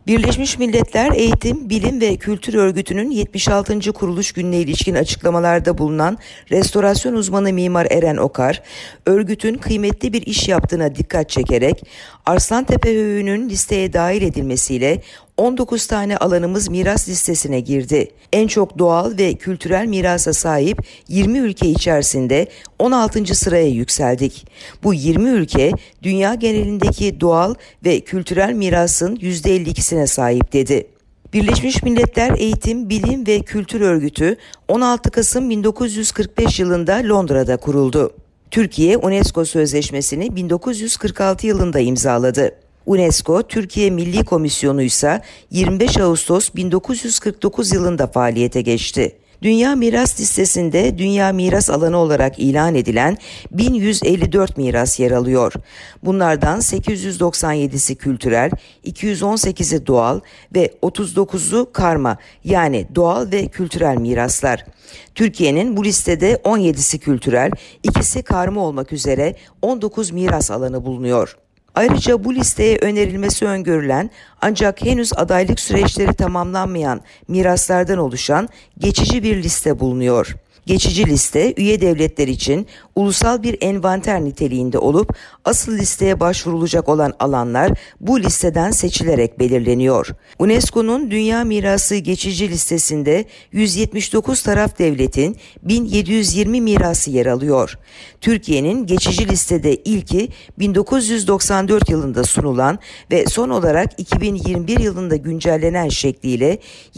Birleşmiş Milletler Eğitim, Bilim ve Kültür Örgütü'nün 76. kuruluş gününe ilişkin açıklamalarda bulunan restorasyon uzmanı Mimar Eren Okar, örgütün kıymetli bir iş yaptığına dikkat çekerek Arslantepe Höyüğü'nün listeye dahil edilmesiyle 19 tane alanımız miras listesine girdi. En çok doğal ve kültürel mirasa sahip 20 ülke içerisinde 16. sıraya yükseldik. Bu 20 ülke dünya genelindeki doğal ve kültürel mirasın %52'sine sahip dedi. Birleşmiş Milletler Eğitim, Bilim ve Kültür Örgütü 16 Kasım 1945 yılında Londra'da kuruldu. Türkiye, UNESCO Sözleşmesi'ni 1946 yılında imzaladı. UNESCO, Türkiye Milli Komisyonu ise 25 Ağustos 1949 yılında faaliyete geçti. Dünya Miras Listesi'nde Dünya Miras Alanı olarak ilan edilen 1154 miras yer alıyor. Bunlardan 897'si kültürel, 218'i doğal ve 39'u karma, yani doğal ve kültürel miraslar. Türkiye'nin bu listede 17'si kültürel, 2'si karma olmak üzere 19 miras alanı bulunuyor. Ayrıca bu listeye önerilmesi öngörülen ancak henüz adaylık süreçleri tamamlanmayan miraslardan oluşan geçici bir liste bulunuyor. Geçici liste üye devletler için ulusal bir envanter niteliğinde olup asıl listeye başvurulacak olan alanlar bu listeden seçilerek belirleniyor. UNESCO'nun Dünya Mirası geçici listesinde 179 taraf devletin 1720 mirası yer alıyor. Türkiye'nin geçici listede ilki 1994 yılında sunulan ve son olarak 2021 yılında güncellenen şekliyle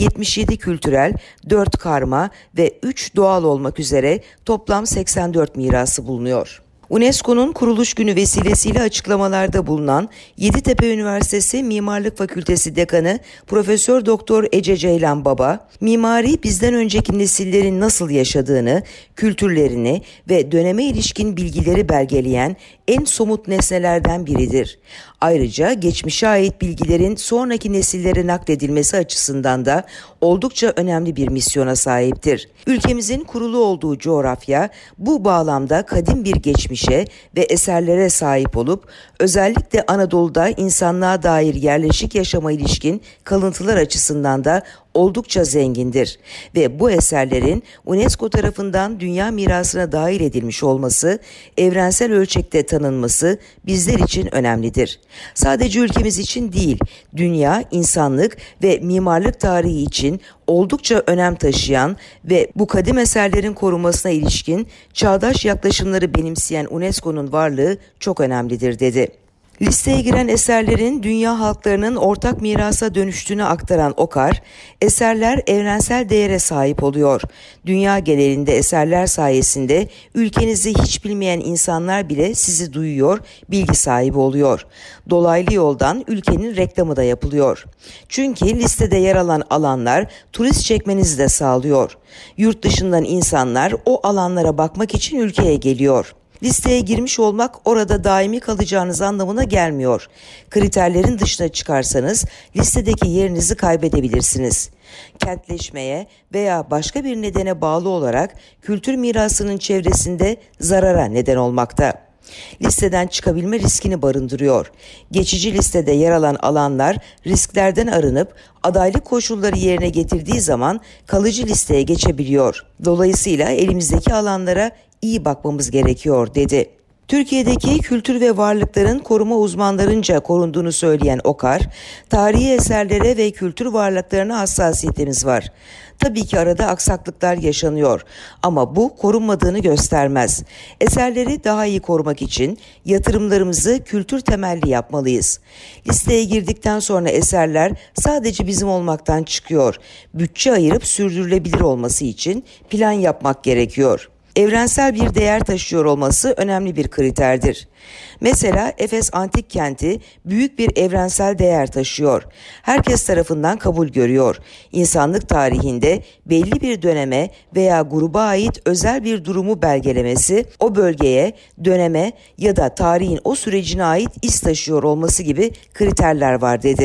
77 kültürel, 4 karma ve 3 doğal olmak üzere toplam 84 mirası bulunuyor. UNESCO'nun kuruluş günü vesilesiyle açıklamalarda bulunan Yeditepe Üniversitesi Mimarlık Fakültesi Dekanı Profesör Doktor Ece Ceylan Baba, mimari bizden önceki nesillerin nasıl yaşadığını, kültürlerini ve döneme ilişkin bilgileri belgeleyen en somut nesnelerden biridir. Ayrıca geçmişe ait bilgilerin sonraki nesillere nakledilmesi açısından da oldukça önemli bir misyona sahiptir. Ülkemizin kurulu olduğu coğrafya bu bağlamda kadim bir geçmişe ve eserlere sahip olup özellikle Anadolu'da insanlığa dair yerleşik yaşama ilişkin kalıntılar açısından da oldukça zengindir ve bu eserlerin UNESCO tarafından dünya mirasına dahil edilmiş olması, evrensel ölçekte tanınması bizler için önemlidir. Sadece ülkemiz için değil, dünya, insanlık ve mimarlık tarihi için oldukça önem taşıyan ve bu kadim eserlerin korunmasına ilişkin çağdaş yaklaşımları benimseyen UNESCO'nun varlığı çok önemlidir dedi. Listeye giren eserlerin dünya halklarının ortak mirasa dönüştüğünü aktaran Okar, eserler evrensel değere sahip oluyor. Dünya genelinde eserler sayesinde ülkenizi hiç bilmeyen insanlar bile sizi duyuyor, bilgi sahibi oluyor. Dolaylı yoldan ülkenin reklamı da yapılıyor. Çünkü listede yer alan alanlar turist çekmenizi de sağlıyor. Yurt dışından insanlar o alanlara bakmak için ülkeye geliyor. Listeye girmiş olmak orada daimi kalacağınız anlamına gelmiyor. Kriterlerin dışına çıkarsanız listedeki yerinizi kaybedebilirsiniz. Kentleşmeye veya başka bir nedene bağlı olarak kültür mirasının çevresinde zarara neden olmakta. Listeden çıkabilme riskini barındırıyor. Geçici listede yer alan alanlar risklerden arınıp adaylık koşulları yerine getirdiği zaman kalıcı listeye geçebiliyor. Dolayısıyla elimizdeki alanlara iyi bakmamız gerekiyor dedi. Türkiye'deki kültür ve varlıkların koruma uzmanlarınca korunduğunu söyleyen Okar, tarihi eserlere ve kültür varlıklarına hassasiyetimiz var. Tabii ki arada aksaklıklar yaşanıyor ama bu korunmadığını göstermez. Eserleri daha iyi korumak için yatırımlarımızı kültür temelli yapmalıyız. Listeye girdikten sonra eserler sadece bizim olmaktan çıkıyor. Bütçe ayırıp sürdürülebilir olması için plan yapmak gerekiyor. Evrensel bir değer taşıyor olması önemli bir kriterdir. Mesela Efes Antik Kenti büyük bir evrensel değer taşıyor. Herkes tarafından kabul görüyor. İnsanlık tarihinde belli bir döneme veya gruba ait özel bir durumu belgelemesi, o bölgeye, döneme ya da tarihin o sürecine ait iz taşıyor olması gibi kriterler var dedi.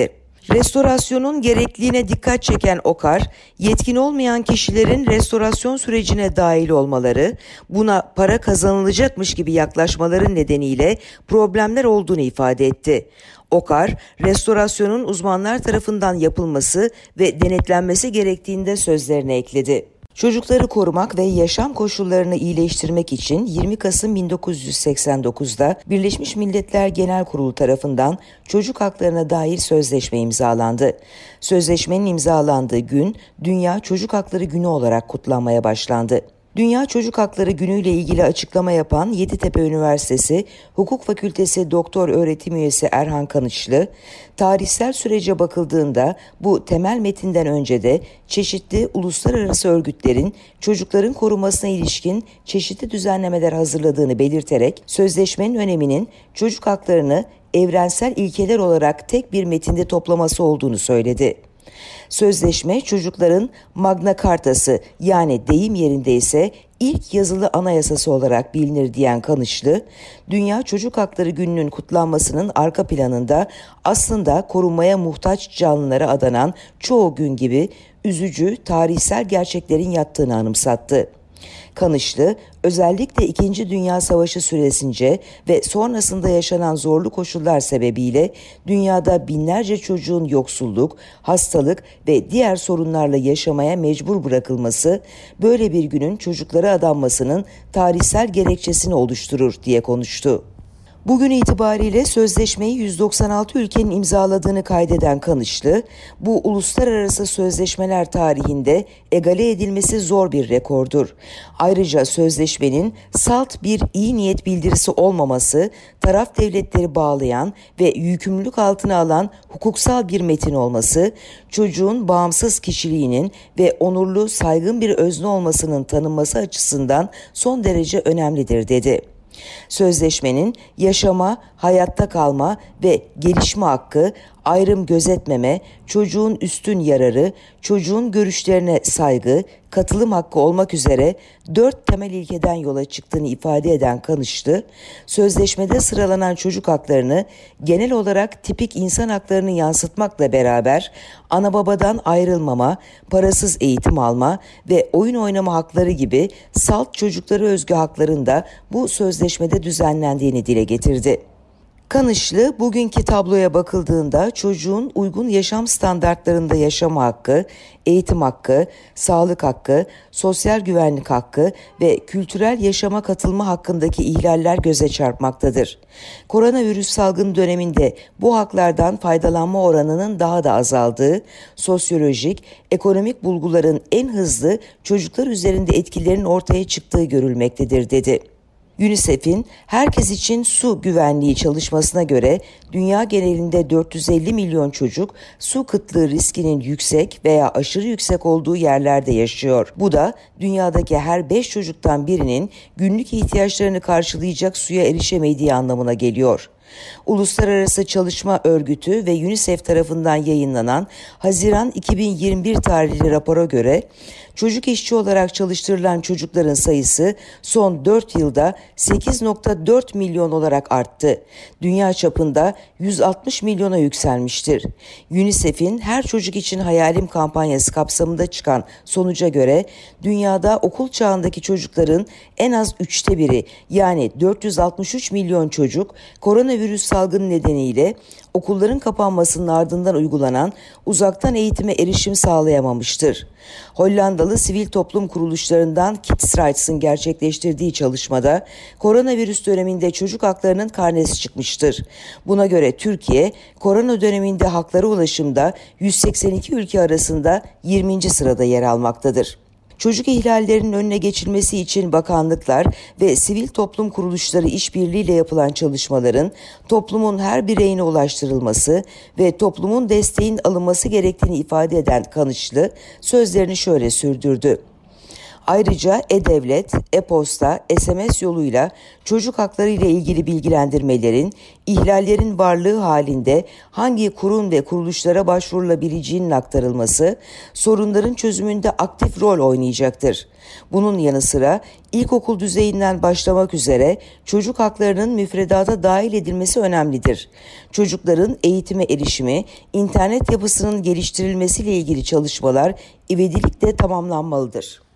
Restorasyonun gerekliliğine dikkat çeken Okar, yetkin olmayan kişilerin restorasyon sürecine dahil olmaları, buna para kazanılacakmış gibi yaklaşmaları nedeniyle problemler olduğunu ifade etti. Okar, restorasyonun uzmanlar tarafından yapılması ve denetlenmesi gerektiğinde sözlerine ekledi. Çocukları korumak ve yaşam koşullarını iyileştirmek için 20 Kasım 1989'da Birleşmiş Milletler Genel Kurulu tarafından çocuk haklarına dair sözleşme imzalandı. Sözleşmenin imzalandığı gün Dünya Çocuk Hakları Günü olarak kutlanmaya başlandı. Dünya Çocuk Hakları Günü ile ilgili açıklama yapan Yeditepe Üniversitesi Hukuk Fakültesi Doktor Öğretim Üyesi Erhan Kanıçlı, tarihsel sürece bakıldığında bu temel metinden önce de çeşitli uluslararası örgütlerin çocukların korunmasına ilişkin çeşitli düzenlemeler hazırladığını belirterek sözleşmenin öneminin çocuk haklarını evrensel ilkeler olarak tek bir metinde toplaması olduğunu söyledi. Sözleşme çocukların Magna Cartası, yani deyim yerinde ise ilk yazılı anayasası olarak bilinir diyen Kanıçlı, Dünya Çocuk Hakları Günü'nün kutlanmasının arka planında aslında korunmaya muhtaç canlılara adanan çoğu gün gibi üzücü tarihsel gerçeklerin yattığını anımsattı. Kanıçlı, özellikle 2. Dünya Savaşı süresince ve sonrasında yaşanan zorlu koşullar sebebiyle dünyada binlerce çocuğun yoksulluk, hastalık ve diğer sorunlarla yaşamaya mecbur bırakılması, böyle bir günün çocuklara adanmasının tarihsel gerekçesini oluşturur diye konuştu. Bugün itibariyle sözleşmeyi 196 ülkenin imzaladığını kaydeden Kanıçlı, bu uluslararası sözleşmeler tarihinde egale edilmesi zor bir rekordur. Ayrıca sözleşmenin salt bir iyi niyet bildirisi olmaması, taraf devletleri bağlayan ve yükümlülük altına alan hukuksal bir metin olması, çocuğun bağımsız kişiliğinin ve onurlu, saygın bir özne olmasının tanınması açısından son derece önemlidir dedi. Sözleşmenin yaşama, hayatta kalma ve gelişme hakkı, ayrım gözetmeme, çocuğun üstün yararı, çocuğun görüşlerine saygı, katılım hakkı olmak üzere 4 temel ilkeden yola çıktığını ifade eden Kanıçlı, sözleşmede sıralanan çocuk haklarını genel olarak tipik insan haklarını yansıtmakla beraber ana babadan ayrılmama, parasız eğitim alma ve oyun oynama hakları gibi salt çocuklara özgü hakların da bu sözleşmede düzenlendiğini dile getirdi. Kanıçlı, bugünkü tabloya bakıldığında çocuğun uygun yaşam standartlarında yaşama hakkı, eğitim hakkı, sağlık hakkı, sosyal güvenlik hakkı ve kültürel yaşama katılma hakkındaki ihlaller göze çarpmaktadır. Koronavirüs salgını döneminde bu haklardan faydalanma oranının daha da azaldığı, sosyolojik, ekonomik bulguların en hızlı çocuklar üzerinde etkilerinin ortaya çıktığı görülmektedir dedi. UNICEF'in herkes için su güvenliği çalışmasına göre dünya genelinde 450 milyon çocuk su kıtlığı riskinin yüksek veya aşırı yüksek olduğu yerlerde yaşıyor. Bu da dünyadaki her 5 çocuktan birinin günlük ihtiyaçlarını karşılayacak suya erişemediği anlamına geliyor. Uluslararası Çalışma Örgütü ve UNICEF tarafından yayınlanan Haziran 2021 tarihli rapora göre çocuk işçi olarak çalıştırılan çocukların sayısı son 4 yılda 8,4 milyon olarak arttı. Dünya çapında 160 milyona yükselmiştir. UNICEF'in Her Çocuk İçin Hayalim kampanyası kapsamında çıkan sonuca göre dünyada okul çağındaki çocukların en az 1/3, yani 463 milyon çocuk koronavirüs salgını nedeniyle okulların kapanmasının ardından uygulanan uzaktan eğitime erişim sağlayamamıştır. Hollandalı sivil toplum kuruluşlarından Kids Rights'ın gerçekleştirdiği çalışmada koronavirüs döneminde çocuk haklarının karnesi çıkmıştır. Buna göre Türkiye, korona döneminde haklara ulaşımda 182 ülke arasında 20. sırada yer almaktadır. Çocuk ihlallerinin önüne geçilmesi için bakanlıklar ve sivil toplum kuruluşları işbirliğiyle yapılan çalışmaların toplumun her bireyine ulaştırılması ve toplumun desteğin alınması gerektiğini ifade eden Kanıçlı sözlerini şöyle sürdürdü. Ayrıca e-devlet, e-posta, SMS yoluyla çocuk hakları ile ilgili bilgilendirmelerin, ihlallerin varlığı halinde hangi kurum ve kuruluşlara başvurulabileceğinin aktarılması, sorunların çözümünde aktif rol oynayacaktır. Bunun yanı sıra ilkokul düzeyinden başlamak üzere çocuk haklarının müfredata dahil edilmesi önemlidir. Çocukların eğitime erişimi, internet yapısının geliştirilmesiyle ilgili çalışmalar ivedilikle tamamlanmalıdır.